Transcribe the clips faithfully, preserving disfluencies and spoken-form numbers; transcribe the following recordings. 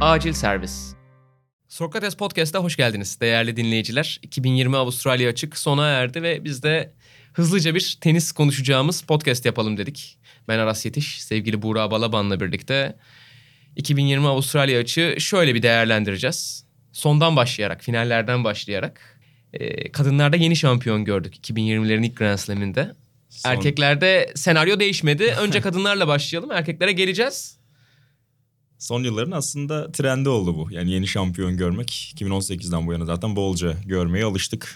Acil servis. Sokrates Podcast'a hoş geldiniz değerli dinleyiciler. iki bin yirmi Avustralya Açık sona erdi ve biz de hızlıca bir tenis konuşacağımız podcast yapalım dedik. Ben Aras Yetiş, sevgili Buğra Balaban'la birlikte iki bin yirmi Avustralya Açığı şöyle bir değerlendireceğiz. Sondan başlayarak, finallerden başlayarak. Ee, kadınlarda yeni şampiyon gördük iki bin yirmilerin ilk Grand Slam'inde. Son... Erkeklerde senaryo değişmedi. Önce kadınlarla başlayalım, erkeklere geleceğiz. Son yılların aslında trendi oldu bu. Yani yeni şampiyon görmek. iki bin on sekizden bu yana zaten bolca görmeye alıştık.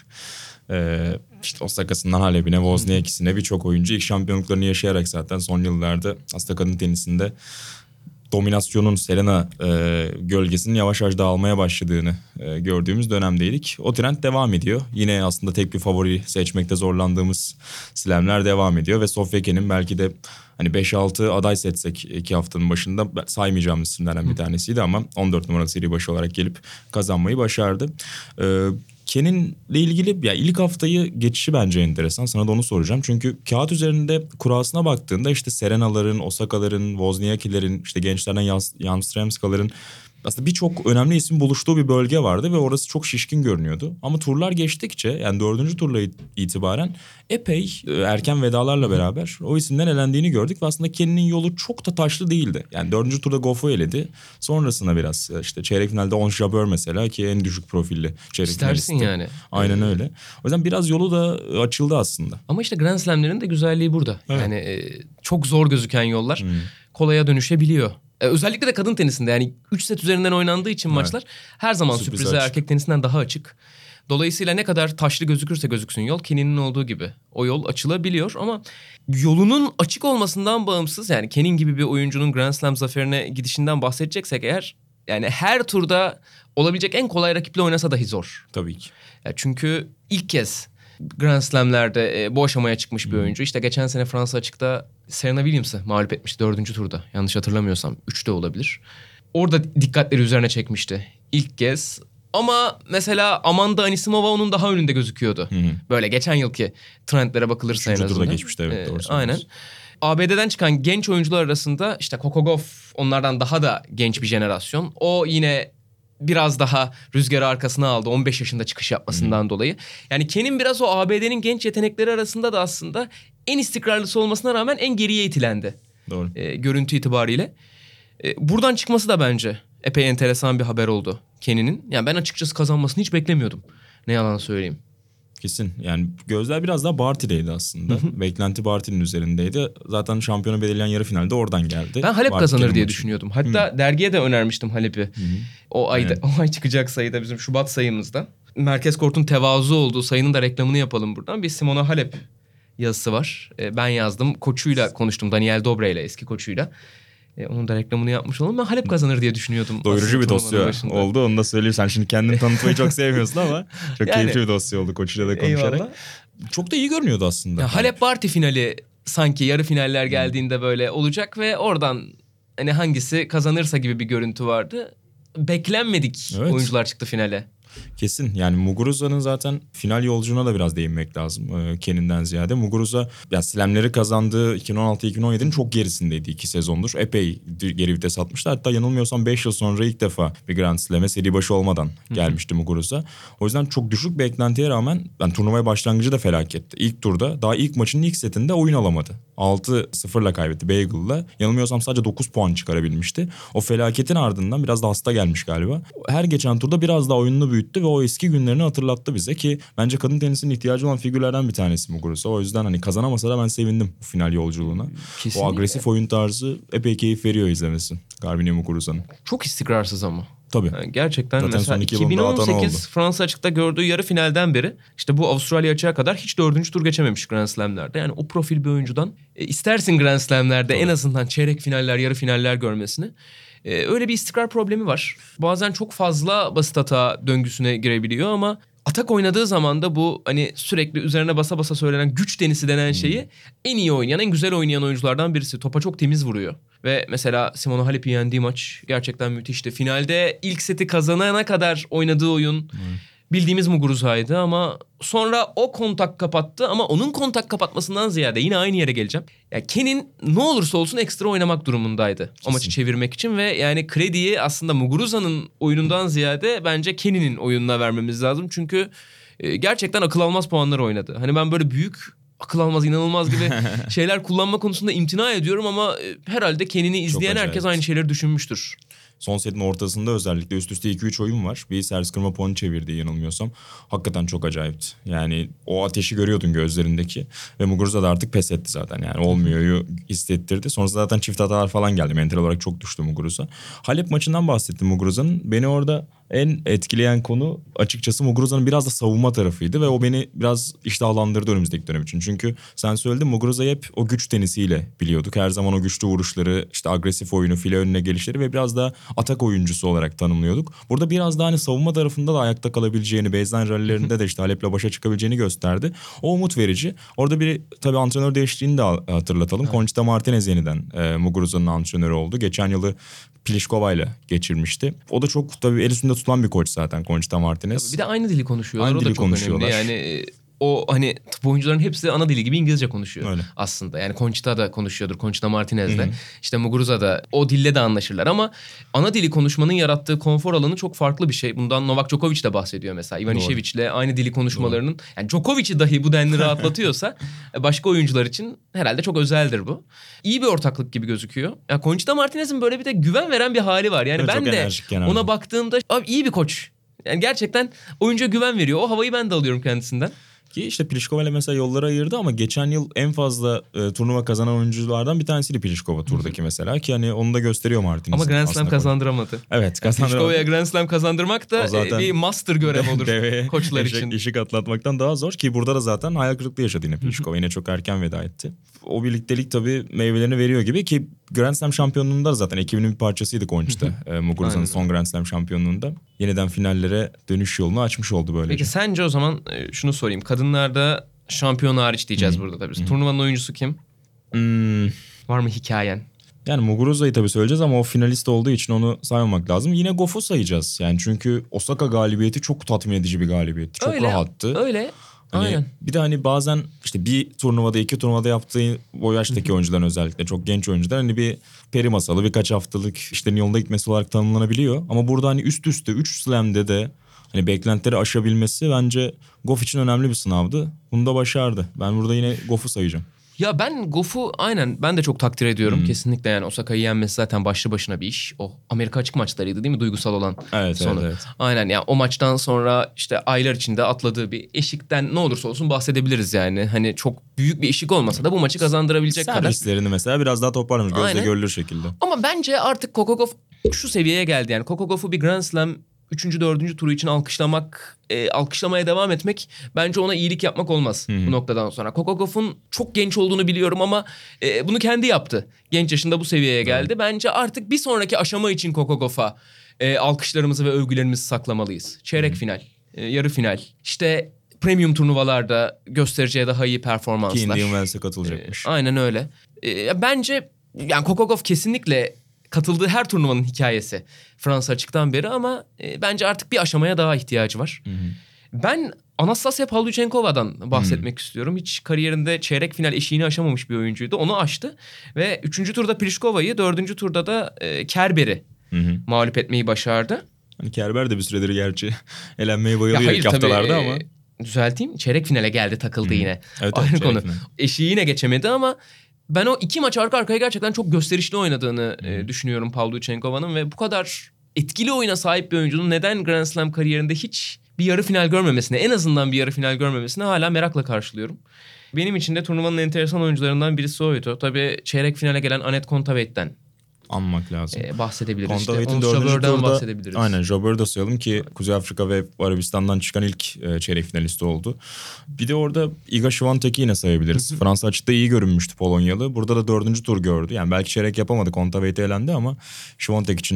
Ee, işte Osaka'sından Halep'ine, Wozniacki'sine birçok oyuncu ilk şampiyonluklarını yaşayarak zaten son yıllarda aslında kadın tenisinde dominasyonun Serena e, gölgesinin yavaş yavaş dağılmaya başladığını e, gördüğümüz dönemdeydik. O trend devam ediyor. Yine aslında tek bir favori seçmekte zorlandığımız slamler devam ediyor ve Sofia Kenin belki de hani beş altı aday seçsek iki haftanın başında saymayacağımız isimlerden bir tanesiydi ama on dört numaralı seri başı olarak gelip kazanmayı başardı. Ee, Kenin'le ilgili ya ilk haftayı geçişi bence enteresan. Sana da onu soracağım. Çünkü kağıt üzerinde kurasına baktığında işte Serena'ların, Osaka'ların, Wozniacki'lerin, işte gençlerden Yastremska'ların aslında birçok önemli isim buluştuğu bir bölge vardı ve orası çok şişkin görünüyordu. Ama turlar geçtikçe yani dördüncü turla itibaren epey erken vedalarla beraber o isimden elendiğini gördük. Ve aslında Kenin'in yolu çok da taşlı değildi. Yani dördüncü turda Goff'u eledi. Sonrasında biraz işte çeyrek finalde Ons Jabeur mesela ki en düşük profilli çeyrek İstersin finalisti. yani. Aynen öyle. O yüzden biraz yolu da açıldı aslında. Ama işte Grand Slam'lerin de güzelliği burada. Evet. Yani e, çok zor gözüken yollar hmm. kolaya dönüşebiliyor. Ee, özellikle de kadın tenisinde yani üç set üzerinden oynandığı için evet. maçlar her zaman sürprize, sürprize erkek tenisinden daha açık. Dolayısıyla ne kadar taşlı gözükürse gözüksün yol, Kenin'in olduğu gibi o yol açılabiliyor ama yolunun açık olmasından bağımsız yani Kenin gibi bir oyuncunun Grand Slam zaferine gidişinden bahsedeceksek eğer yani her turda olabilecek en kolay rakiple oynasa dahi zor. Tabii ki. Ya çünkü ilk kez Grand Slam'lerde e, bu aşamaya çıkmış bir hmm. oyuncu. İşte geçen sene Fransa Açık'ta Serena Williams'ı mağlup etmişti dördüncü turda. Yanlış hatırlamıyorsam üçte olabilir. Orada dikkatleri üzerine çekmişti ilk kez. Ama mesela Amanda Anisimova onun daha önünde gözüküyordu. Hmm. Böyle geçen yılki trendlere bakılırsa Üçüncü en azından. turda geçmişti evet. Ee, doğru aynen. A B D'den çıkan genç oyuncular arasında işte Coco Gauff onlardan daha da genç bir jenerasyon. O yine biraz daha rüzgarı arkasına aldı on beş yaşında çıkış yapmasından hmm. dolayı. Yani Kenin biraz o A B D'nin genç yetenekleri arasında da aslında en istikrarlısı olmasına rağmen en geriye itilendi. Doğru. E, görüntü itibariyle. E, buradan çıkması da bence epey enteresan bir haber oldu Kenin'in. Yani ben açıkçası kazanmasını hiç beklemiyordum. Ne yalan söyleyeyim. Kesin yani gözler biraz daha Barty'deydi aslında. Beklenti Barty'nin üzerindeydi. Zaten şampiyonu belirleyen yarı finalde oradan geldi. Ben Halep Barty kazanır Kenin diye maçı. düşünüyordum. Hatta Hı. dergiye de önermiştim Halep'i. Hı. O ayda evet. o ay çıkacak sayıda bizim Şubat sayımızda. Merkez Kort'un tevazu olduğu sayının da reklamını yapalım buradan. Bir Simona Halep yazısı var. Ben yazdım. Koçuyla konuştum. Daniel Dobre ile eski koçuyla. E, onun da reklamını yapmış olalım. Ben Halep kazanır diye düşünüyordum. Doyurucu bir dosya başında. Oldu. Onu da söyleyeyim. Sen şimdi kendini tanıtmayı çok sevmiyorsun ama çok yani, keyifli bir dosya oldu koçuyla da konuşarak. Eyvallah. Çok da iyi görünüyordu aslında. Ya, Halep Barty finali sanki yarı finaller geldiğinde böyle olacak ve oradan hani hangisi kazanırsa gibi bir görüntü vardı. Beklenmedik evet. oyuncular çıktı finale. Kesin yani Muguruza'nın zaten final yolculuğuna da biraz değinmek lazım e, Kenin'den ziyade. Muguruza ya slamleri kazandığı iki bin on altı iki bin on yedinin çok gerisindeydi iki sezondur. Epey geri vites atmıştı. Hatta yanılmıyorsam beş yıl sonra ilk defa bir Grand Slam'e seri başı olmadan gelmişti Muguruza. O yüzden çok düşük beklentiye rağmen yani turnuvaya başlangıcı da felaketti. İlk turda daha ilk maçının ilk setinde oyun alamadı. altı sıfırla kaybetti Bagel'la. Yanılmıyorsam sadece dokuz puan çıkarabilmişti. O felaketin ardından biraz da hasta gelmiş galiba. Her geçen turda biraz daha oyununu büyüttü ve o eski günlerini hatırlattı bize ki bence kadın tenisinin ihtiyacı olan figürlerden bir tanesi Muguruza. O yüzden hani kazanamasa da ben sevindim bu final yolculuğuna. Kesinlikle. O agresif oyun tarzı epey keyif veriyor izlemesi Garbiñe Muguruza'nın. Çok istikrarsız ama. Tabii. Yani gerçekten zaten mesela iki bin on sekiz Fransa Açık'ta gördüğü yarı finalden beri işte bu Avustralya Açık'a kadar hiç dördüncü tur geçememiş Grand Slam'lerde. Yani o profil bir oyuncudan e, istersin Grand Slam'lerde Tabii. en azından çeyrek finaller, yarı finaller görmesini. E, öyle bir istikrar problemi var. Bazen çok fazla basit hata döngüsüne girebiliyor ama atak oynadığı zaman da bu hani sürekli üzerine basa basa söylenen güç tenisi denen şeyi hmm. en iyi oynayan, en güzel oynayan oyunculardan birisi. Topa çok temiz vuruyor. Ve mesela Simona Halep'i yendiği maç gerçekten müthişti. Finalde ilk seti kazanana kadar oynadığı oyun... Hmm. bildiğimiz Muguruza'ydı ama sonra o kontak kapattı ama onun kontak kapatmasından ziyade yine aynı yere geleceğim. Ya Ken'in ne olursa olsun ekstra oynamak durumundaydı o maçı çevirmek için ve yani krediyi aslında Muguruza'nın oyunundan ziyade bence Ken'in oyununa vermemiz lazım. Çünkü e, gerçekten akıl almaz puanlar oynadı. Hani ben böyle büyük akıl almaz, inanılmaz gibi şeyler kullanma konusunda imtina ediyorum ama e, herhalde Ken'ini izleyen herkes aynı şeyleri düşünmüştür. Son setin ortasında özellikle üst üste iki üç oyun var. Bir servis kırma puanı çevirdi yanılmıyorsam. Hakikaten çok acayipti. Yani o ateşi görüyordun gözlerindeki. Ve Muguruza da artık pes etti zaten. Yani olmuyor hissettirdi. Sonrasında zaten çift hatalar falan geldi. Mental olarak çok düştü Muguruza. Halep maçından bahsettim Muguruza'nın. Beni orada en etkileyen konu açıkçası Muguruza'nın biraz da savunma tarafıydı. Ve o beni biraz iştahlandırdı önümüzdeki dönem için. Çünkü sen söyledin, Muguruza'yı hep o güç tenisiyle biliyorduk. Her zaman o güçlü vuruşları, işte agresif oyunu, file önüne gelişleri ve biraz da atak oyuncusu olarak tanımlıyorduk. Burada biraz daha hani savunma tarafında da ayakta kalabileceğini, baseline rallilerinde de işte Halep'le başa çıkabileceğini gösterdi. O umut verici. Orada bir tabii antrenör değiştiğini de hatırlatalım. Evet. Conchita Martinez yeniden e, Muguruza'nın antrenörü oldu. Geçen yılı Pliskova ile geçirmişti. O da çok tabii el üstünde tutulan bir koç zaten Conchita Martinez. Bir de aynı dili konuşuyorlar. Aynı o dili da çok konuşuyorlar. önemli. Yani o hani tıp oyuncuların hepsi ana dili gibi İngilizce konuşuyor. Öyle. Aslında. Yani Conchita da konuşuyordur. Conchita Martinez de. İşte Muguruza da o dille de anlaşırlar ama ana dili konuşmanın yarattığı konfor alanı çok farklı bir şey. Bundan Novak Djokovic de bahsediyor mesela. Ivanishevic'le aynı dili konuşmalarının. Doğru. Yani Djokovic'i dahi bu denli rahatlatıyorsa başka oyuncular için herhalde çok özeldir bu. İyi bir ortaklık gibi gözüküyor. Ya Conchita Martinez'in böyle bir de güven veren bir hali var. Yani evet, ben de ona baktığımda abi iyi bir koç. Yani gerçekten oyuncuya güven veriyor. O havayı ben de alıyorum kendisinden. Ki işte Pliskova ile mesela yolları ayırdı ama geçen yıl en fazla e, turnuva kazanan oyunculardan bir tanesiydi Pliskova turdaki mesela. Ki hani onu da gösteriyor Martinez. Ama Grand Slam kazandıramadı. Evet, kazandıramadı. Pliskova'ya Grand Slam kazandırmak da bir master görev olur deve, koçlar eşek, için. Işık atlatmaktan daha zor ki burada da zaten hayal kırıklığı yaşadı yine Pliskova. Yine çok erken veda etti. O birliktelik tabii meyvelerini veriyor gibi ki Grand Slam şampiyonluğunda zaten ekibinin bir parçasıydı Conchita. e, Muguruza'nın son Grand Slam şampiyonluğunda. Yeniden finallere dönüş yolunu açmış oldu böylece. Peki sence o zaman şunu sorayım. Kadınlarda şampiyon hariç diyeceğiz Hı-hı. burada tabii. Hı-hı. Turnuvanın oyuncusu kim? Hmm. Var mı hikayen? Yani Muguruza'yı tabii söyleyeceğiz ama o finalist olduğu için onu saymamak lazım. Yine Goff'u sayacağız. Yani çünkü Osaka galibiyeti çok tatmin edici bir galibiyetti. Çok öyle, rahattı. Öyle. Hani Aynen. Bir de hani bazen işte bir turnuvada iki turnuvada yaptığı o yaştaki oyuncuların özellikle çok genç oyuncular hani bir peri masalı birkaç haftalık işlerin yolunda gitmesi olarak tanımlanabiliyor. Ama burada hani üst üste üç slam'de de hani beklentileri aşabilmesi bence Goff için önemli bir sınavdı. Bunu da başardı. Ben burada yine Goff'u sayacağım. Ya ben Goff'u aynen ben de çok takdir ediyorum. Hmm. Kesinlikle yani Osaka'yı yenmesi zaten başlı başına bir iş. O Amerika açık maçlarıydı değil mi? Duygusal olan evet, sonu. Evet, evet. Aynen ya yani o maçtan sonra işte aylar içinde atladığı bir eşikten ne olursa olsun bahsedebiliriz yani. Hani çok büyük bir eşik olmasa da bu maçı kazandırabilecek kadar. Servislerini mesela biraz daha toparlamış gözle görülür şekilde. Ama bence artık Coco Gauff şu seviyeye geldi yani. Coco Gauff'u bir Grand Slam üçüncü dördüncü turu için alkışlamak, e, alkışlamaya devam etmek bence ona iyilik yapmak olmaz Hı-hı. bu noktadan sonra. Coco Gauff'un çok genç olduğunu biliyorum ama e, bunu kendi yaptı. Genç yaşında bu seviyeye geldi. Evet. Bence artık bir sonraki aşama için Coco Gauff'a e, alkışlarımızı ve övgülerimizi saklamalıyız. Çeyrek Hı-hı. final, e, yarı final, işte premium turnuvalarda göstereceği daha iyi performanslar. Ki Indian Wells'e katılacakmış. E, aynen öyle. E, bence yani Coco Gauff kesinlikle katıldığı her turnuvanın hikayesi Fransa açıktan beri ama e, bence artık bir aşamaya daha ihtiyacı var. Hı hı. Ben Anastasia Pavlyuchenkova'dan bahsetmek hı. istiyorum. Hiç kariyerinde çeyrek final eşiğini aşamamış bir oyuncuydu. Onu aştı ve üçüncü turda Pliskova'yı, dördüncü turda da e, Kerber'i hı hı. mağlup etmeyi başardı. Hani Kerber de bir süredir gerçi elenmeye bayılıyor ilk haftalarda tabii, ama. E, düzelteyim, çeyrek finale geldi takıldı hı. yine. Evet, aynı konu. Final. Eşiği yine geçemedi ama ben o iki maç arka arkaya gerçekten çok gösterişli oynadığını hmm. e, düşünüyorum Pavlyuchenkova'nın ve bu kadar etkili oyuna sahip bir oyuncunun neden Grand Slam kariyerinde hiç bir yarı final görmemesine, en azından bir yarı final görmemesine hala merakla karşılıyorum. Benim için de turnuvanın enteresan oyuncularından birisi oydu. Tabii çeyrek finale gelen Anett Kontaveit anmak lazım. Ee, bahsedebiliriz Kontaveit'in işte. dördüncü turda bahsedebiliriz. Aynen Jobert'ı da sayalım ki Kuzey Afrika ve Arabistan'dan çıkan ilk e, çeyrek finalisti oldu. Bir de orada Iga Świątek'i yine sayabiliriz. Fransa açıkta iyi görünmüştü Polonyalı. Burada da dördüncü tur gördü. Yani belki çeyrek yapamadı. Kontaveit'e elendi ama Świątek için de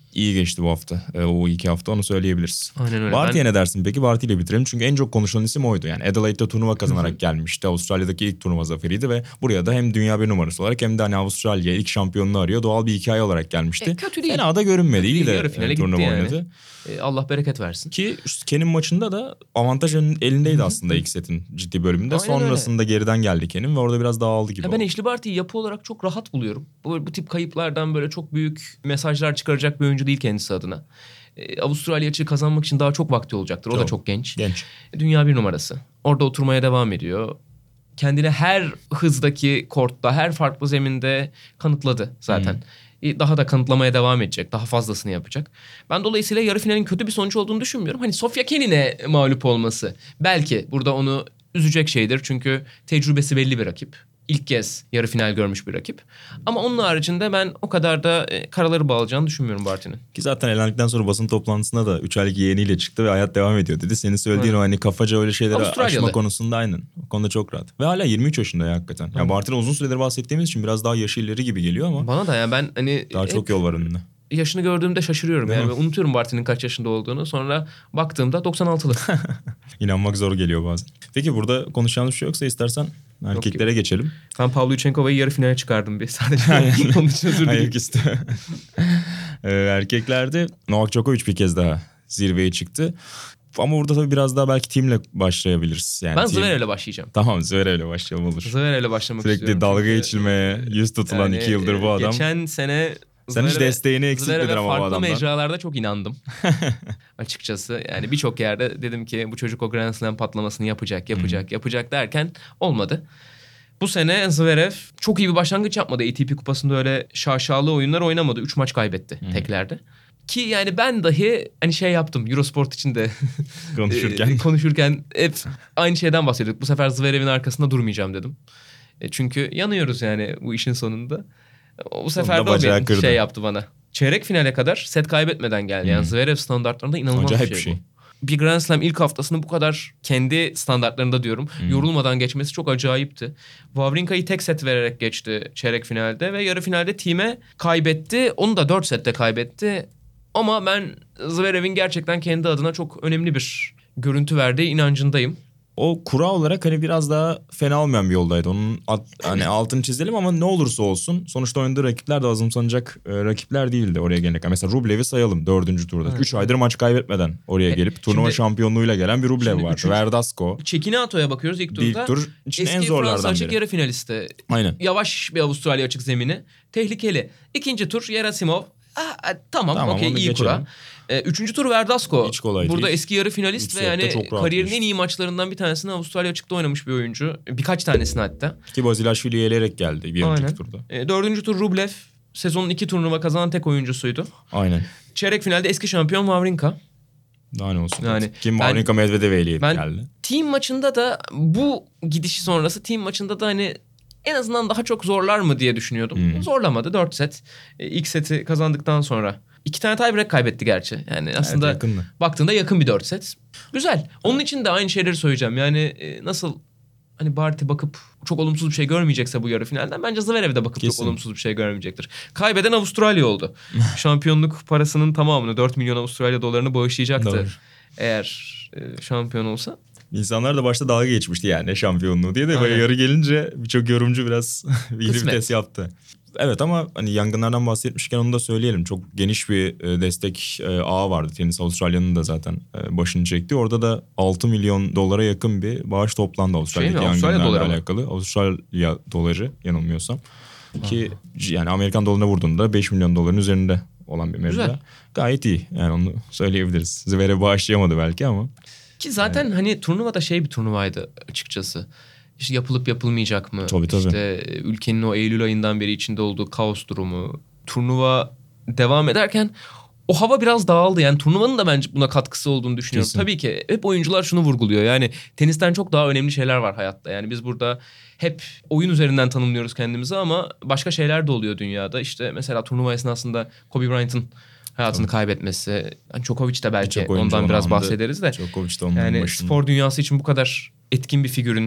iyi geçti bu hafta. E, o iki hafta onu söyleyebiliriz. Aynen öyle. Barty'ye Ben... ne dersin peki? Barty ile bitirelim. Çünkü en çok konuşulan isim oydu. Yani Adelaide'de turnuva kazanarak gelmişti. Avustralya'daki ilk turnuva zaferiydi ve buraya da hem dünya bir numarası olarak hem de hani Avustralya ilk şampiyonluğu arıyor. Doğal bir hikaye olarak gelmişti. E, kötü değil. Fena da görünmedi. Kötü İyi de yarı finale turnuva gitti yani. oynadı. E, Allah bereket versin. Ki Ken'in maçında da avantaj elindeydi aslında ilk setin ciddi bölümünde. Aynen Sonrasında öyle. geriden geldi Ken'in ve orada biraz dağıldı gibi Ya ben oldu. Ashley Barty'yi yapı olarak çok rahat buluyorum. Bu, bu tip kayıplardan böyle çok büyük mesajlar çıkaracak bir oyuncu değil kendisi adına. Ee, Avustralya açığı kazanmak için daha çok vakti olacaktır. O Çok. da çok genç. Genç. Dünya bir numarası. Orada oturmaya devam ediyor. Kendini her hızdaki kortta, her farklı zeminde kanıtladı zaten. Hmm. Daha da kanıtlamaya devam edecek. Daha fazlasını yapacak. Ben dolayısıyla yarı finalin kötü bir sonuç olduğunu düşünmüyorum. Hani Sofia Kenin'e mağlup olması belki burada onu üzecek şeydir. Çünkü tecrübesi belli bir rakip. İlk kez yarı final görmüş bir rakip. Ama onun haricinde ben o kadar da e, karaları bağlayacağını düşünmüyorum Barty'nin. Ki zaten elendikten sonra basın toplantısında da üç aylık yeğeniyle çıktı ve hayat devam ediyor dedi. Senin söylediğin evet. o hani kafaca öyle şeyleri aşma konusunda aynen. O konuda çok rahat. Ve hala yirmi üç yaşında ya hakikaten. Ya yani Barty'den uzun süredir bahsettiğimiz için biraz daha yaşı ileri gibi geliyor ama. Bana da yani ben hani. Daha çok yol var önünde. Yaşını gördüğümde şaşırıyorum. Değil yani mi? Unutuyorum Barty'nin kaç yaşında olduğunu. Sonra baktığımda doksan altılı. İnanmak zor geliyor bazen. Peki burada konuşacağımız bir şey yoksa istersen erkeklere geçelim. Ben Pavlyuchenkova'yı yarı finale çıkardım bir. Sadece onun için özür dilerim. Ayaküstü. ee, erkeklerde Novak Djokovic bir kez daha zirveye çıktı. Ama burada tabii biraz daha belki teamle başlayabiliriz. Yani ben team... Zverev'le başlayacağım. Tamam Zverev'le başlayalım olur. Zverev'le başlamak Sürekli istiyorum. Sürekli dalga çünkü... geçilmeye yüz tutulan yani, iki yıldır bu adam. Geçen sene... Sen hiç desteğini eksiltmedin ama bu adamdan. Farklı mecralarda çok inandım. Açıkçası yani birçok yerde dedim ki bu çocuk o Grand Slam patlamasını yapacak, yapacak, hmm. yapacak derken olmadı. Bu sene Zverev çok iyi bir başlangıç yapmadı. A T P kupasında öyle şaşalı oyunlar oynamadı. Üç maç kaybetti hmm. teklerde. Ki yani ben dahi hani şey yaptım Eurosport için de konuşurken konuşurken hep aynı şeyden bahsediyorduk. Bu sefer Zverev'in arkasında durmayacağım dedim. E çünkü yanıyoruz yani bu işin sonunda. O sefer de o bir kırdı. Şey yaptı bana. Çeyrek finale kadar set kaybetmeden geldi. Hmm. Yani Zverev standartlarında inanılmaz Acayip bir şey, şey bu. Bir Grand Slam ilk haftasını bu kadar kendi standartlarında diyorum hmm. yorulmadan geçmesi çok acayipti. Wawrinka'yı tek set vererek geçti çeyrek finalde ve yarı finalde Thiem'e kaybetti. Onu da dört sette kaybetti. Ama ben Zverev'in gerçekten kendi adına çok önemli bir görüntü verdiği inancındayım. O kura olarak hani biraz daha fena olmayan bir yoldaydı. Onun at, hani altını çizelim ama ne olursa olsun sonuçta oynadığı rakipler de azımsanacak e, rakipler değildi oraya gelene kadar. Mesela Rublev'i sayalım dördüncü turda. Evet. Üç aydır maç kaybetmeden oraya gelip e, turnuva şimdi, şampiyonluğuyla gelen bir Rublev vardı. Üçüncü, Verdasco. Çekinato'ya bakıyoruz ilk turda. İlk tur için en zorlardan Fransa açık biri. yarı finalisti. Aynen. Yavaş bir Avustralya açık zemini. Tehlikeli. İkinci tur Gerasimov. Ah, tamam, tamam okey iyi geçelim. Kura. Ee, üçüncü tur Verdasco. Hiç kolay Burada değil. eski yarı finalist Üç ve yani kariyerin geçti. En iyi maçlarından bir tanesini Avustralya açıkta oynamış bir oyuncu. Birkaç tanesini hatta. Ki Basilashvili'yi eleyerek geldi bir önceki turda. Ee, dördüncü tur Rublev. Sezonun iki turnuva kazanan tek oyuncusuydu. Aynen. Çeyrek finalde eski şampiyon Wawrinka. Daha ne olsun. Yani Kim Wawrinka Medvedev'e eleyip geldi. Team maçında da bu gidişi sonrası team maçında da hani en azından daha çok zorlar mı diye düşünüyordum. Hmm. Zorlamadı. Dört set. Ee, ilk seti kazandıktan sonra. İki tane tiebreak kaybetti gerçi. Yani aslında evet, baktığında yakın bir dört set. Güzel. Onun evet. için de aynı şeyleri söyleyeceğim. Yani e, nasıl hani Barty bakıp çok olumsuz bir şey görmeyecekse bu yarı finalden bence Zverev de bakıp Kesin. çok olumsuz bir şey görmeyecektir. Kaybeden Avustralya oldu. Şampiyonluk parasının tamamını dört milyon Avustralya dolarını bağışlayacaktı. Doğru. Eğer e, şampiyon olsa. İnsanlar da başta dalga geçmişti yani şampiyonluğu diye de Aynen. böyle yarı gelince birçok yorumcu biraz bir vites yaptı. Evet ama hani yangınlardan bahsetmişken onu da söyleyelim. Çok geniş bir destek ağı vardı. Tenis Avustralya'nın da zaten başını çekti. Orada da altı milyon dolara yakın bir bağış toplandı Avustralya'daki şey yangınlarla Avustralya alakalı. Mı? Avustralya doları yanılmıyorsam. Aha. Ki yani Amerikan dolarına vurduğunda beş milyon doların üzerinde olan bir meblağ. Gayet iyi yani onu söyleyebiliriz. Zverev bağışlayamadı belki ama. Ki zaten yani... hani turnuvada şey bir turnuvaydı açıkçası. İşte yapılıp yapılmayacak mı? Tabii, tabii. İşte ülkenin o Eylül ayından beri içinde olduğu kaos durumu. Turnuva devam ederken o hava biraz dağıldı. Yani turnuvanın da bence buna katkısı olduğunu düşünüyorum. Kesin. Tabii ki hep oyuncular şunu vurguluyor. Yani tenisten çok daha önemli şeyler var hayatta. Yani biz burada hep oyun üzerinden tanımlıyoruz kendimizi ama başka şeyler de oluyor dünyada. İşte mesela turnuva esnasında Kobe Bryant'ın hayatını Tabii. kaybetmesi. Yani Djokovic de belki ondan biraz bahsederiz de. Djokovic de onların yani başında. Spor dünyası için bu kadar etkin bir figürün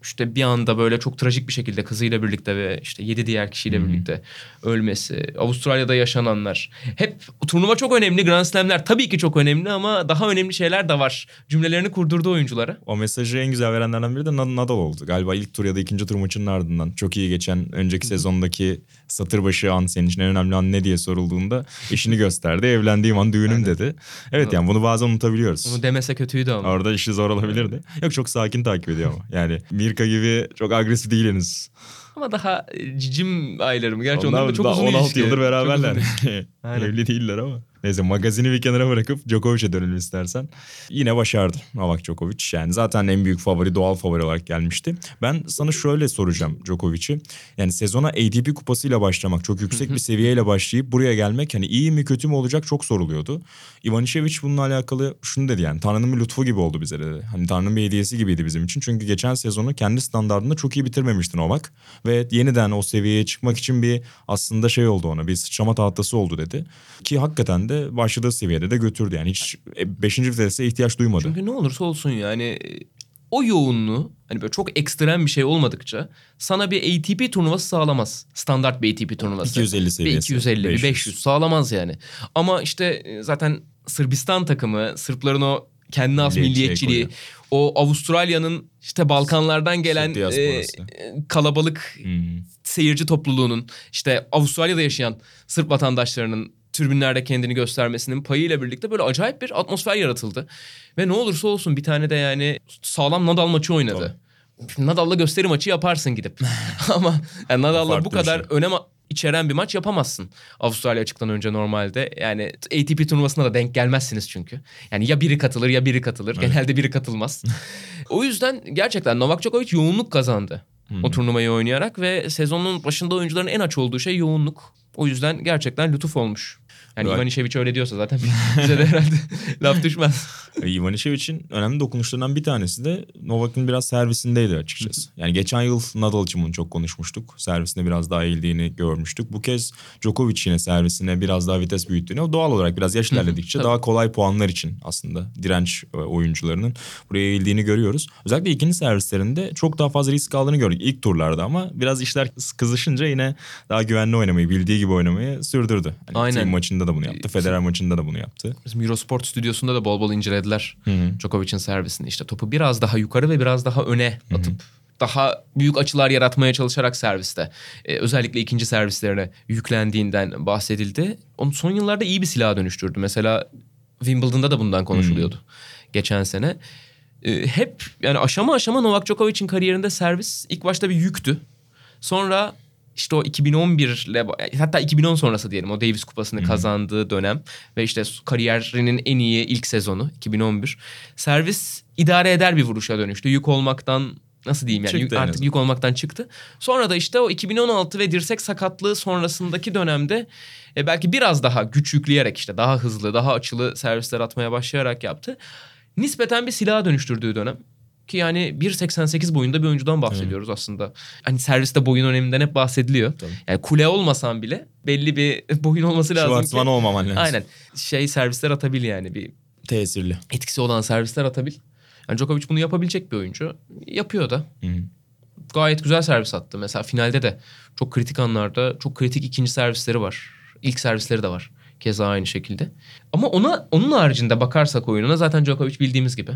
işte bir anda böyle çok trajik bir şekilde kızıyla birlikte ve işte yedi diğer kişiyle Hı-hı. birlikte ölmesi, Avustralya'da yaşananlar. Hep turnuva çok önemli, Grand Slam'ler tabii ki çok önemli ama daha önemli şeyler de var. Cümlelerini kurdurdu oyunculara. O mesajı en güzel verenlerden biri de Nadal oldu. Galiba ilk tur ya da ikinci tur maçının ardından çok iyi geçen önceki Hı-hı. sezondaki satır başı an, senin için en önemli an ne diye sorulduğunda eşini gösterdi. Evlendiğim an düğünüm dedi. Evet, yani bunu bazen unutabiliyoruz. Bunu demese kötüydü ama. Orada işi zor olabilirdi. Yok, çok sakin takip ediyor ama. Yani Mirka gibi çok agresif değil henüz. Ama daha cicim aylarım. Gerçi onlar, onlar da çok uzun on altı ilişki. yıldır beraberler. Aynen. Evli değiller ama. Neyse, magazini bir kenara bırakıp Djokovic'e dönelim istersen. Yine başardı Novak Djokovic. Yani zaten en büyük favori, doğal favori olarak gelmişti. Ben sana şöyle soracağım Djokovic'i. Yani sezona A T P kupasıyla başlamak, çok yüksek bir seviyeyle başlayıp buraya gelmek, hani iyi mi kötü mü olacak çok soruluyordu. Ivanišević bununla alakalı şunu dedi, yani Tanrı'nın bir lütfu gibi oldu bize dedi. Hani Tanrı'nın bir hediyesi gibiydi bizim için. Çünkü geçen sezonu kendi standardında çok iyi bitirmemişti Novak. Ve yeniden o seviyeye çıkmak için bir aslında şey oldu ona, bir sıçrama tahtası oldu dedi. Ki hakikaten de başladığı seviyede de götürdü. Yani hiç beşinci vitese ihtiyaç duymadı. Çünkü ne olursa olsun yani o yoğunluğu, hani böyle çok ekstrem bir şey olmadıkça sana bir A T P turnuvası sağlamaz. Standart bir A T P turnuvası. iki yüz elli seviyesi. Bir iki yüz elli, bir beş yüz sağlamaz yani. Ama işte zaten Sırbistan takımı, Sırpların o kendine has milliyetçiliği, Milliyetçi o Avustralya'nın işte Balkanlardan gelen e, kalabalık hmm. seyirci topluluğunun, işte Avustralya'da yaşayan Sırp vatandaşlarının tribünlerde kendini göstermesinin payıyla birlikte böyle acayip bir atmosfer yaratıldı. Ve ne olursa olsun bir tane de yani sağlam Nadal maçı oynadı. Tabii. Nadal'la gösteri maçı yaparsın gidip. Ama yani Nadal'la bu kadar şey. önem içeren bir maç yapamazsın. Avustralya açıktan önce normalde. Yani A T P turnuvasına da denk gelmezsiniz çünkü. Yani ya biri katılır ya biri katılır. Evet. Genelde biri katılmaz. O yüzden gerçekten Novak Djokovic yoğunluk kazandı. Hmm. O turnuvayı oynayarak ve sezonun başında oyuncuların en aç olduğu şey yoğunluk. O yüzden gerçekten lütuf olmuş. Yani evet. Ivanišević öyle diyorsa zaten bize de herhalde laf düşmez. Ivanišević'in önemli dokunuşlarından bir tanesi de Novak'ın biraz servisindeydi açıkçası. Yani geçen yıl Nadal için bunu çok konuşmuştuk. Servisine biraz daha eğildiğini görmüştük. Bu kez Djokovic yine servisine biraz daha vites büyüttüğünü, o doğal olarak biraz yaş ilerledikçe daha kolay puanlar için aslında direnç oyuncularının buraya eğildiğini görüyoruz. Özellikle ikinci servislerinde çok daha fazla risk aldığını gördük ilk turlarda ama biraz işler kızışınca yine daha güvenli oynamayı, bildiği gibi oynamayı sürdürdü. Yani aynen. Team maçında da bunu yaptı. Federer maçında da bunu yaptı. Bizim Eurosport stüdyosunda da bol bol incelediler Djokovic'in servisini. İşte topu biraz daha yukarı ve biraz daha öne atıp Hı-hı. daha büyük açılar yaratmaya çalışarak serviste. Ee, özellikle ikinci servislerine yüklendiğinden bahsedildi. Onu son yıllarda iyi bir silaha dönüştürdü. Mesela Wimbledon'da da bundan konuşuluyordu. Hı-hı. Geçen sene. Ee, hep yani aşama aşama Novak Djokovic'in kariyerinde servis ilk başta bir yüktü. Sonra İşte o iki bin on birle hatta iki bin on sonrası diyelim, o Davis Kupası'nı hmm. kazandığı dönem ve işte kariyerinin en iyi ilk sezonu iki bin on bir. Servis idare eder bir vuruşa dönüştü. Yük olmaktan nasıl diyeyim yani yük, artık yük olmaktan çıktı. Sonra da işte o iki bin on altı ve dirsek sakatlığı sonrasındaki dönemde e, belki biraz daha güç yükleyerek işte daha hızlı, daha açılı servisler atmaya başlayarak yaptı. Nispeten bir silaha dönüştürdüğü dönem. Ki yani bir seksen sekiz boyunda bir oyuncudan bahsediyoruz hmm. aslında. Hani serviste boyun öneminden hep bahsediliyor. Tabii. Yani kule olmasan bile belli bir boyun olması lazım. Schwarzman ki. olmaman lazım. Aynen. Şey servisler atabil yani bir. Tesirli. Etkisi olan servisler atabil. Yani Djokovic bunu yapabilecek bir oyuncu. Yapıyor da. Hmm. Gayet güzel servis attı. Mesela finalde de çok kritik anlarda çok kritik ikinci servisleri var. İlk servisleri de var. Keza aynı şekilde. Ama ona onun haricinde bakarsak oyununa zaten Djokovic bildiğimiz gibi.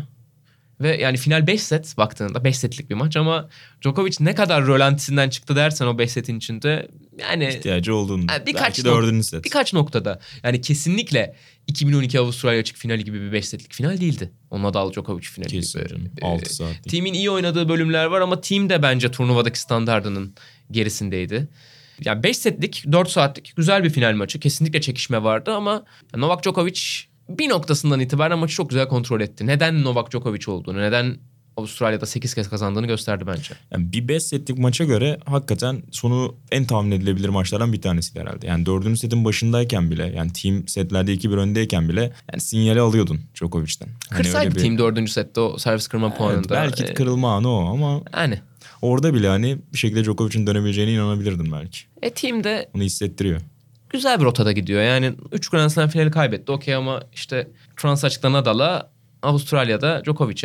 Ve yani final beş set baktığında beş setlik bir maç ama Djokovic ne kadar rölantisinden çıktı dersen o beş setin içinde yani ihtiyacı olduğunu. Yani birkaç belki dördüncü set. Birkaç noktada. Yani kesinlikle iki bin on iki Avustralya Açık finali gibi bir beş setlik final değildi. O Nadal Djokovic finali kesin gibi. altı saat. Team'in iyi oynadığı bölümler var ama team de bence turnuvadaki standardının gerisindeydi. Yani beş setlik, dört saatlik güzel bir final maçı. Kesinlikle çekişme vardı ama Novak Djokovic bir noktasından itibaren maçı çok güzel kontrol etti. Neden Novak Djokovic olduğunu, neden Avustralya'da sekiz kez kazandığını gösterdi bence. Yani bir beş setlik maça göre hakikaten sonu en tahmin edilebilir maçlardan bir tanesiydi herhalde. Yani dördüncü setin başındayken bile, yani team setlerde iki bir öndeyken bile yani sinyali alıyordun Djokovic'ten. Kırsaydı hani bir team dördüncü sette o servis kırma evet, puanında. Belki e... kırılma anı o ama yani orada bile hani bir şekilde Djokovic'in dönebileceğine inanabilirdin belki. E team de onu hissettiriyor. Güzel bir rotada gidiyor. Yani üç Grand Slam finali kaybetti. Okey ama işte Trans açıkta Nadal'a, Avustralya'da Djokovic'e.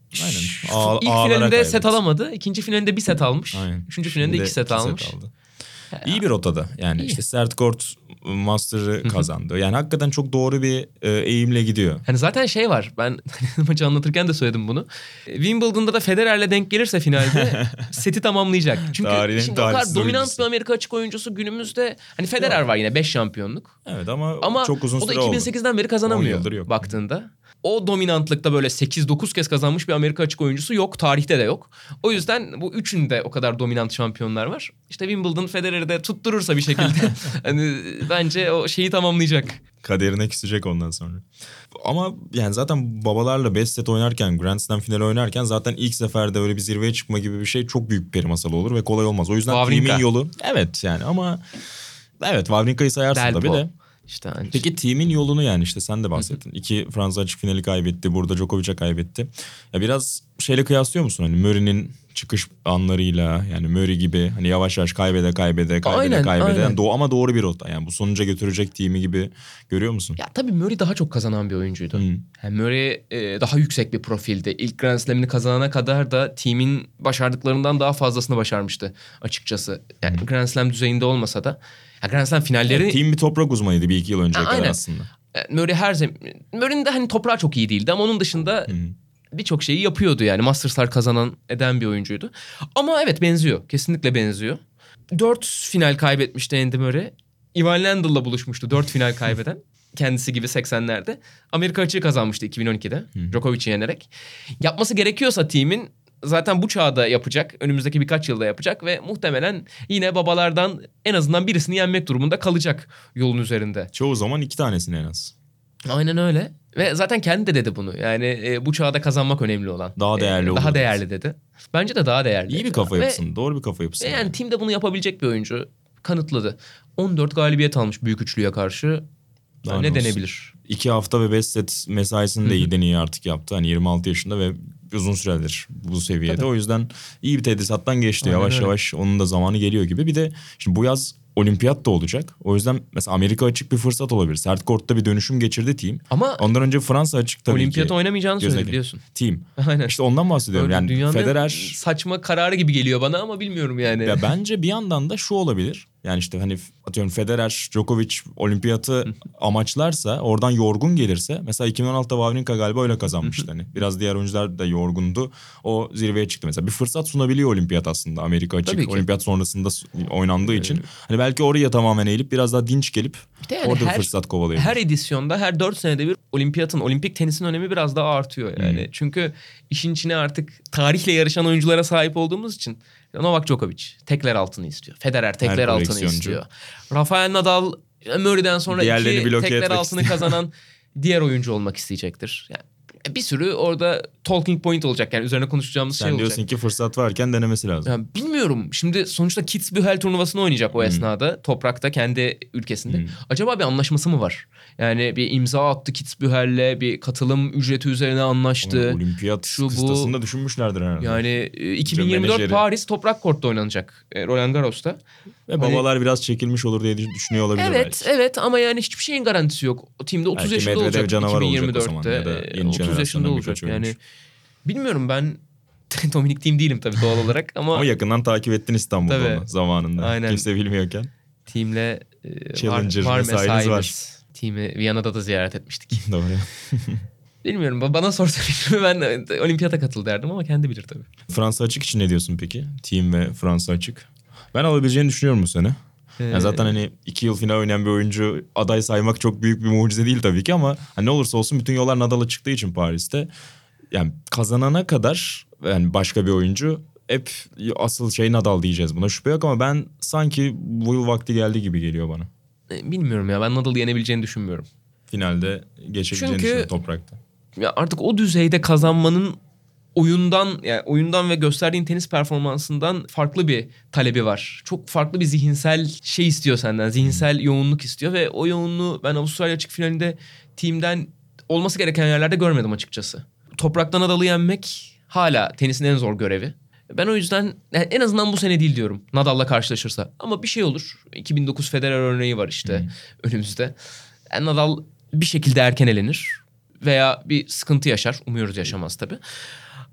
Aynen. Ağ, İlk finalinde set alamadı. İkinci finalinde bir set almış. Aynen. Üçüncü finalinde iki set almış. Set aldı. İyi bir rotada. Yani İyi. işte sert kort Master'ı kazandı. Yani hakikaten çok doğru bir e, eğimle gidiyor. Hani zaten şey var. Ben maçı anlatırken de söyledim bunu. Wimbledon'da da Federer'le denk gelirse finalde seti tamamlayacak. Çünkü Tarihin şimdi o kadar dominant oyuncusu. Bir Amerika açık oyuncusu günümüzde. Hani Federer var yine beş şampiyonluk. Evet ama, ama çok uzun süre oldu. O da iki bin sekizden beri kazanamıyor baktığında. O dominantlıkta böyle sekiz dokuz kez kazanmış bir Amerika açık oyuncusu yok. Tarihte de yok. O yüzden bu üçünde o kadar dominant şampiyonlar var. İşte Wimbledon Federer'i de tutturursa bir şekilde hani bence o şeyi tamamlayacak. Kaderine küsecek ondan sonra. Ama yani zaten babalarla beş set oynarken, Grand Slam finali oynarken zaten ilk seferde öyle bir zirveye çıkma gibi bir şey çok büyük bir peri masalı olur ve kolay olmaz. O yüzden Wawrinka. Team'in yolu evet yani ama evet Wawrinka'yı sayarsın Delpo. Tabii de. İşte hani Peki team'in yolunu yani işte sen de bahsettin. İki Fransa açık finali kaybetti. Burada Djokovic'e kaybetti. Ya biraz şeyle kıyaslıyor musun? Hani Murray'nin çıkış anlarıyla yani Murray gibi hani yavaş yavaş kaybede kaybede kaybede aynen, kaybede. Aynen. Do- ama doğru bir rota. Yani bu sonuca götürecek team'i gibi görüyor musun? Ya tabii Murray daha çok kazanan bir oyuncuydu. Hmm. Yani Murray e, daha yüksek bir profilde. İlk Grand Slam'ini kazanana kadar da team'in başardıklarından daha fazlasını başarmıştı açıkçası. Yani hmm. Grand Slam düzeyinde olmasa da. Ya Grand Slam finalleri... Evet, team bir toprak uzmanıydı bir iki yıl önceye kadar aslında. Murray her zaman... Murray'nin de hani toprağı çok iyi değildi ama onun dışında hmm. birçok şeyi yapıyordu yani. Masters'lar kazanan eden bir oyuncuydu. Ama evet benziyor. Kesinlikle benziyor. Dört final kaybetmişti Andy Murray. Ivan Lendl'la buluşmuştu dört final kaybeden. Kendisi gibi seksenlerde. Amerika açığı kazanmıştı iki bin on ikide. Hmm. Djokovic'i yenerek. Yapması gerekiyorsa team'in zaten bu çağda yapacak. Önümüzdeki birkaç yılda yapacak ve muhtemelen yine babalardan en azından birisini yenmek durumunda kalacak yolun üzerinde. Çoğu zaman iki tanesini en az. Aynen öyle. Ve zaten kendi de dedi bunu. Yani e, bu çağda kazanmak önemli olan. Daha değerli e, olur. Daha değerli dedi. Bence de daha değerli. İyi bir kafa yapısın. Doğru bir kafa yapısın. Yani, yani team'de bunu yapabilecek bir oyuncu kanıtladı. on dört galibiyet almış büyük üçlüye karşı. Yani ne denebilir? İki hafta ve beş set mesaisini de iyiden iyi artık yaptı. Hani yirmi altı yaşında ve uzun süredir bu seviyede. Tabii. O yüzden iyi bir tedrisattan geçti. Aynen yavaş öyle. Yavaş onun da zamanı geliyor gibi. Bir de şimdi bu yaz olimpiyat da olacak. O yüzden mesela Amerika açık bir fırsat olabilir. Sert kortta bir dönüşüm geçirdi team. Ama ondan önce Fransa açık tabii olimpiyat ki. Olimpiyat oynamayacağını söyledi biliyorsun. Team. Aynen. İşte ondan bahsediyorum. Öyle yani Federer saçma kararı gibi geliyor bana ama bilmiyorum yani. Ya bence bir yandan da şu olabilir. Yani işte hani atıyorum Federer, Djokovic olimpiyatı amaçlarsa, oradan yorgun gelirse mesela iki bin on altıda Wawrinka galiba öyle kazanmıştı hani. Biraz diğer oyuncular da yorgundu. O zirveye çıktı mesela. Bir fırsat sunabiliyor olimpiyat aslında Amerika açık. Olimpiyat sonrasında oynandığı evet. için. Hani belki oraya tamamen eğilip biraz daha dinç gelip yani orada her, bir fırsat kovalayabilir. Her edisyonda her dört senede bir olimpiyatın, olimpik tenisin önemi biraz daha artıyor yani. Hmm. Çünkü işin içine artık tarihle yarışan oyunculara sahip olduğumuz için Novak Djokovic tekler altını istiyor. Federer tekler altını istiyor. Rafael Nadal Murray'den sonra iki tekler altını kazanan diğer oyuncu olmak isteyecektir. Yani bir sürü orada talking point olacak yani üzerine konuşacağımız Sen şey olacak. Sen diyorsun ki fırsat varken denemesi lazım. Yani bilmiyorum. Şimdi sonuçta Kitzbühel turnuvasını oynayacak o hmm. esnada. Toprakta kendi ülkesinde. Hmm. Acaba bir anlaşması mı var? Yani bir imza attı Kitzbühel'le, bir katılım ücreti üzerine anlaştı. O, olimpiyat Şu, kıstasında bu, düşünmüşlerdir herhalde. Yani iki bin yirmi dört Paris toprak kortta oynanacak. Roland Garros'ta. Ve babalar hani, biraz çekilmiş olur diye düşünüyor olabilir evet, belki. Evet evet ama yani hiçbir şeyin garantisi yok. O teamde otuz belki yaşında Medvedev olacak iki bin yirmi dörtte. Ya otuz yaşında olacak yani. Bilmiyorum ben Dominik Thiem değilim tabii doğal olarak ama... ama yakından takip ettin İstanbul'da onu zamanında. Aynen. Kimse bilmiyorken. Thiem'le e, Challenger var, var mesainiz var. Thiem'i Viyana'da da ziyaret etmiştik. Doğru. Bilmiyorum bana sorsa ben olimpiyata katıl derdim ama kendi bilir tabii. Fransa açık için ne diyorsun peki? Thiem ve Fransa açık. Ben alabileceğini düşünüyorum bu sene. Ee... Yani zaten hani iki yıl final oynayan bir oyuncu aday saymak çok büyük bir mucize değil tabii ki ama hani ne olursa olsun bütün yollar Nadal'a çıktığı için Paris'te yani kazanana kadar yani başka bir oyuncu hep asıl şey Nadal diyeceğiz buna şüphe yok ama ben sanki bu yıl vakti geldi gibi geliyor bana. Bilmiyorum ya ben Nadal'ı yenebileceğini düşünmüyorum. Finalde geçebileceğini Çünkü düşünüyorum toprakta. Ya artık o düzeyde kazanmanın oyundan yani oyundan ve gösterdiğin tenis performansından farklı bir talebi var. Çok farklı bir zihinsel şey istiyor senden. Zihinsel hmm. yoğunluk istiyor ve o yoğunluğu ben Avustralya açık finalinde team'den olması gereken yerlerde görmedim açıkçası. Topraktan Nadal'ı yenmek hala tenisin en zor görevi. Ben o yüzden yani en azından bu sene değil diyorum Nadal'la karşılaşırsa. Ama bir şey olur. iki bin dokuz Federer örneği var işte hmm. önümüzde. Yani Nadal bir şekilde erken elenir. Veya bir sıkıntı yaşar. Umuyoruz yaşamaz tabii.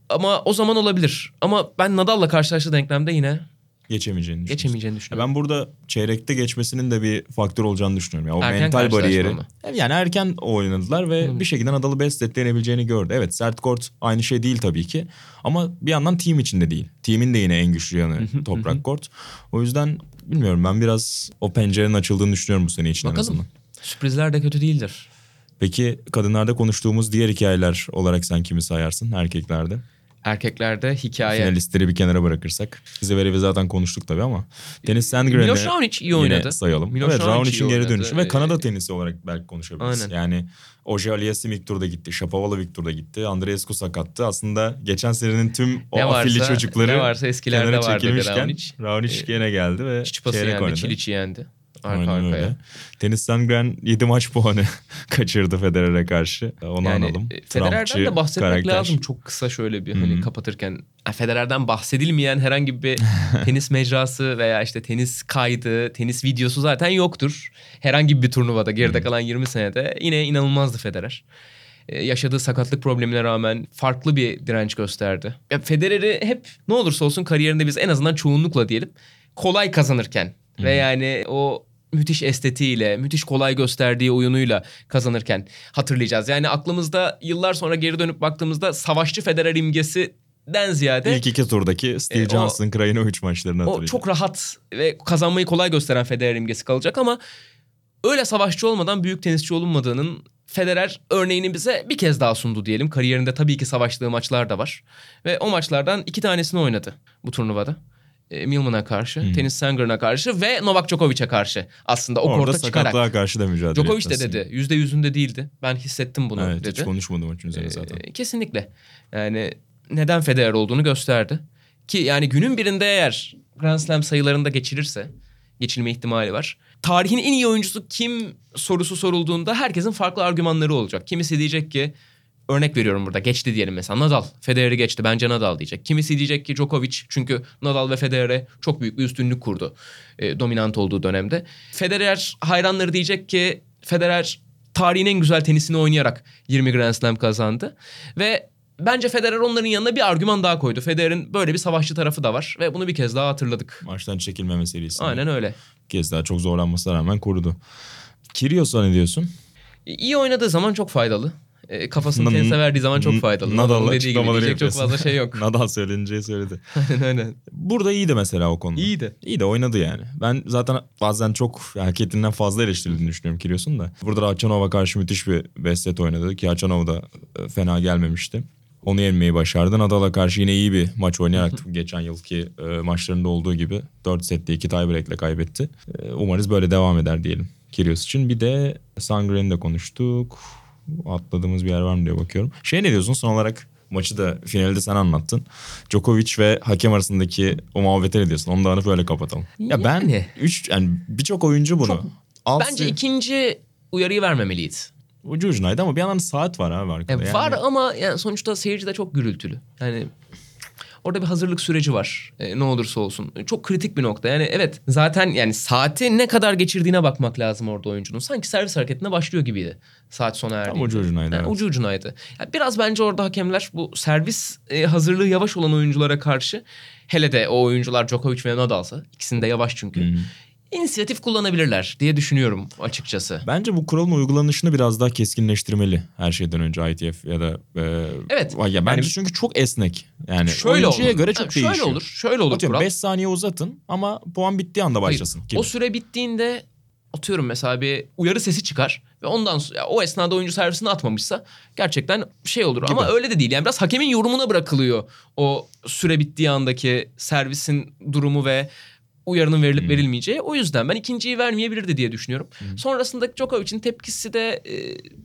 Ama o zaman olabilir. Ama ben Nadal'la karşılaştığı denklemde yine Geçemeyeceğini düşünüyorsun. geçemeyeceğini düşünüyorum. Ben burada çeyrekte geçmesinin de bir faktör olacağını düşünüyorum. Yani o Erken mental karşılaşma bariyeri. mı? Yani erken oynadılar ve Hmm. bir şekilde Nadal'ı besletlenebileceğini gördü. Evet, sert kort aynı şey değil tabii ki. Ama bir yandan team içinde değil. Team'in de yine en güçlü yanı toprak kort. O yüzden bilmiyorum, ben biraz o pencerenin açıldığını düşünüyorum bu sene için en Bakalım. azından. Sürprizler de kötü değildir. Peki kadınlarda konuştuğumuz diğer hikayeler olarak sen kimi sayarsın erkeklerde? Erkeklerde hikaye. Finalistleri bir kenara bırakırsak. Zverev'i zaten konuştuk tabii ama. Tenis Sandgren'i Miloš Raonic iyi oynadı. yine sayalım. Miloš evet, Raonic Raonic'in iyi geri oynadı. dönüşü ve Ee, Kanada tenisi olarak belki konuşabiliriz. Aynen. Yani Oje Aliassime ilk turda gitti. Shapovalov ilk turda gitti. Andreescu sakattı. Aslında geçen senenin tüm o Ne afilli varsa- çocukları ne varsa eskilerde kenara vardı dedi çekilmişken Raonic. Raonic Ee, gene geldi ve Çiçipas'ı çeyrek yendi, oynadı. Çiliç'i yendi. Arka Aynen arkaya. öyle. Tenis Sandgren yedi maç puanı kaçırdı Federer'e karşı. Onu Yani analım. e, Federer'den Trumpçı de bahsetmek karakter. lazım çok kısa şöyle bir hani Hı-hı. kapatırken. Ha, Federer'den bahsedilmeyen herhangi bir tenis mecrası veya işte tenis kaydı, tenis videosu zaten yoktur. Herhangi bir turnuvada geride Hı-hı. kalan yirmi senede yine inanılmazdı Federer. Ee, yaşadığı sakatlık problemine rağmen farklı bir direnç gösterdi. Ya Federer'i hep ne olursa olsun kariyerinde biz en azından çoğunlukla diyelim kolay kazanırken Hı-hı. ve yani o müthiş estetiğiyle, müthiş kolay gösterdiği oyunuyla kazanırken hatırlayacağız. Yani aklımızda yıllar sonra geri dönüp baktığımızda savaşçı Federer imgesinden ziyade İlk iki turdaki Steve E, o- Johnson, Krajinovic maçlarını o hatırlayacağım. çok rahat ve kazanmayı kolay gösteren Federer imgesi kalacak ama öyle savaşçı olmadan büyük tenisçi olunmadığının Federer örneğini bize bir kez daha sundu diyelim. Kariyerinde tabii ki savaştığı maçlar da var. Ve o maçlardan iki tanesini oynadı bu turnuvada. E, Millman'a karşı, Hı. Tenis Sandgren'a karşı ve Novak Djokovic'e karşı aslında o Orada korta çıkarak. sakatlığa karşı da mücadele Djokovic de etmesi. dedi. Yüzde yüzünde değildi. Ben hissettim bunu Evet, dedi. hiç konuşmadım maçın üzerine Ee, zaten. kesinlikle. Yani neden Federer olduğunu gösterdi. Ki yani günün birinde eğer Grand Slam sayılarında geçilirse, geçilme ihtimali var. Tarihin en iyi oyuncusu kim sorusu sorulduğunda herkesin farklı argümanları olacak. Kimisi diyecek ki, örnek veriyorum burada, geçti diyelim mesela Nadal. Federer'i geçti, bence Nadal diyecek. Kimisi diyecek ki Djokovic, çünkü Nadal ve Federer'e çok büyük bir üstünlük kurdu e, dominant olduğu dönemde. Federer hayranları diyecek ki Federer tarihin en güzel tenisini oynayarak yirmi Grand Slam kazandı. Ve bence Federer onların yanına bir argüman daha koydu. Federer'in böyle bir savaşçı tarafı da var ve bunu bir kez daha hatırladık. Maçtan çekilmeme serisinde. Aynen öyle. Bir kez daha çok zorlanmasına rağmen korudu. Kyrgios'a ne diyorsun? İyi oynadığı zaman çok faydalı. E, kafasını N- tenise verdiği zaman çok faydalı. Nadal'la Nadal'ın dediği gibi açıklamaları diyecek çok yapıyorsun. fazla şey yok. Nadal söyleneceği söyledi. Aynen öyle. Burada iyiydi mesela o konuda. İyiydi. İyi de oynadı yani. Ben zaten bazen çok hak ettiğinden fazla eleştirildiğini düşünüyorum Kyrgios'un da. Burada Rachanov'a karşı müthiş bir best set oynadı ki Rachanov da e, fena gelmemişti. Onu yenmeyi başardı. Nadal'a karşı yine iyi bir maç oynayarak geçen yılki e, maçlarında olduğu gibi dört sette iki tiebreak'le kaybetti. E, umarız böyle devam eder diyelim Kyrgios için. Bir de Sandgren'i de konuştuk. Atladığımız bir yer var mı diye bakıyorum. Şey, ne diyorsun son olarak? Maçı da finalde sen anlattın. Djokovic ve hakem arasındaki o muhabbete ne diyorsun? Onu da anıp öyle kapatalım. Ya ben Yani. üç yani birçok oyuncu bunu. Çok- Alt Bence se- ikinci uyarıyı vermemeliydi. ucu ucunaydı ama bir yandan saat var abi arkada. E, Yani Var ama yani sonuçta seyirci de çok gürültülü. Yani orada bir hazırlık süreci var. E, ne olursa olsun. Çok kritik bir nokta. Yani evet, zaten yani saati ne kadar geçirdiğine bakmak lazım orada oyuncunun. Sanki servis hareketine başlıyor gibiydi saat sona erdiğinde. ucu ucunaydı, Yani evet. ucu ucunaydı. Yani biraz bence orada hakemler bu servis e, hazırlığı yavaş olan oyunculara karşı, hele de o oyuncular Djokovic ve Nadal'sa, ikisinin de yavaş çünkü. Hı hı. İnisiyatif kullanabilirler diye düşünüyorum açıkçası. Bence bu kuralın uygulanışını biraz daha keskinleştirmeli her şeyden önce I T F ya da e, Evet. ya bence Yani- çünkü çok esnek. Yani Şöyle oyuncuya olur. göre çok Ha, şöyle değişiyor. olur. Şöyle olur Atıyorum kural. beş saniye uzatın ama puan bittiği anda Hayır, başlasın. gibi. o süre bittiğinde atıyorum mesela bir uyarı sesi çıkar ve ondan sonra ya o esnada oyuncu servisini atmamışsa gerçekten şey olur. Ama öyle de değil. Yani biraz hakemin yorumuna bırakılıyor o süre bittiği andaki servisin durumu ve uyarının verilip Hmm. verilmeyeceği. O yüzden ben ikinciyi vermeyebilirdi diye düşünüyorum. Hmm. Sonrasında Djokovic'in tepkisi de e,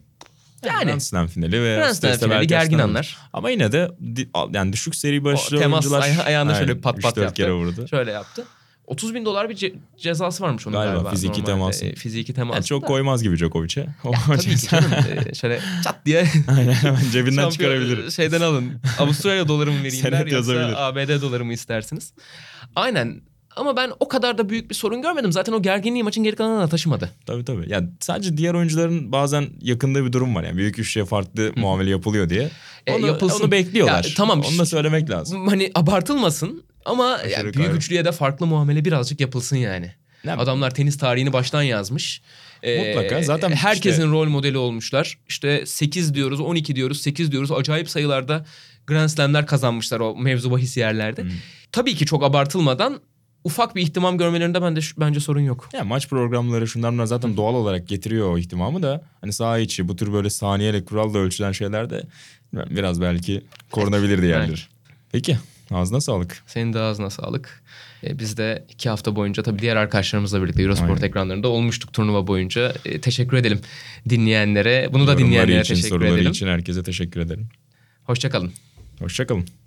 yani yani Grand Slam finali ve Grand Slam stresle finali belki gergin yaşlanır. anlar. Ama yine de di- yani düşük seri başlı O temas oyuncular aya- ayağına şöyle aynen, pat pat üç dört yaptı. kere vurdu. Şöyle yaptı. otuz bin dolar bir ce- cezası varmış onun Galiba, galiba. fiziki normalde. teması. E, fiziki teması. Yani çok da. koymaz gibi Djokovic'e. O Ya, tabii ki canım. Ee, şöyle çat diye Aynen, hemen cebinden şampiyon- çıkarabilir. Şeyden alın. Avustralya doları mı vereyim Senet der, yoksa yazabilir. A B D doları mı istersiniz? Aynen. Ama ben o kadar da büyük bir sorun görmedim. Zaten o gerginliği maçın geri kalanına taşımadı. Tabii tabii. Yani sadece diğer oyuncuların bazen yakında bir durum var. Yani büyük üçlüye farklı Hı. muamele yapılıyor diye. Onu, e, yapılsın. Onu bekliyorlar. Ya, tamam. Onu da söylemek lazım. Hani abartılmasın ama yani büyük üçlüye de farklı muamele birazcık yapılsın yani. Ne Adamlar tenis tarihini baştan yazmış. Mutlaka. Ee, Zaten herkesin işte... rol modeli olmuşlar. İşte sekiz diyoruz, on iki diyoruz, sekiz diyoruz. Acayip sayılarda Grand Slam'ler kazanmışlar o mevzu bahis yerlerde. Hmm. Tabii ki çok abartılmadan ufak bir ihtimam görmelerinde bence bence sorun yok. Ya maç programları şunlar bunlar zaten doğal olarak getiriyor o ihtimamı da. Hani saha içi bu tür böyle saniyeyle kuralla ölçülen şeyler de biraz belki korunabilir diğerleri. Peki. Ağzına sağlık. Senin de ağzına sağlık. Ee, biz de iki hafta boyunca tabii diğer arkadaşlarımızla birlikte Eurosport Aynen. ekranlarında olmuştuk turnuva boyunca. Ee, teşekkür edelim dinleyenlere. Bunu da dinleyenlere için, teşekkür soruları edelim. için herkese teşekkür ederim. Hoşça kalın. Hoşça kalın.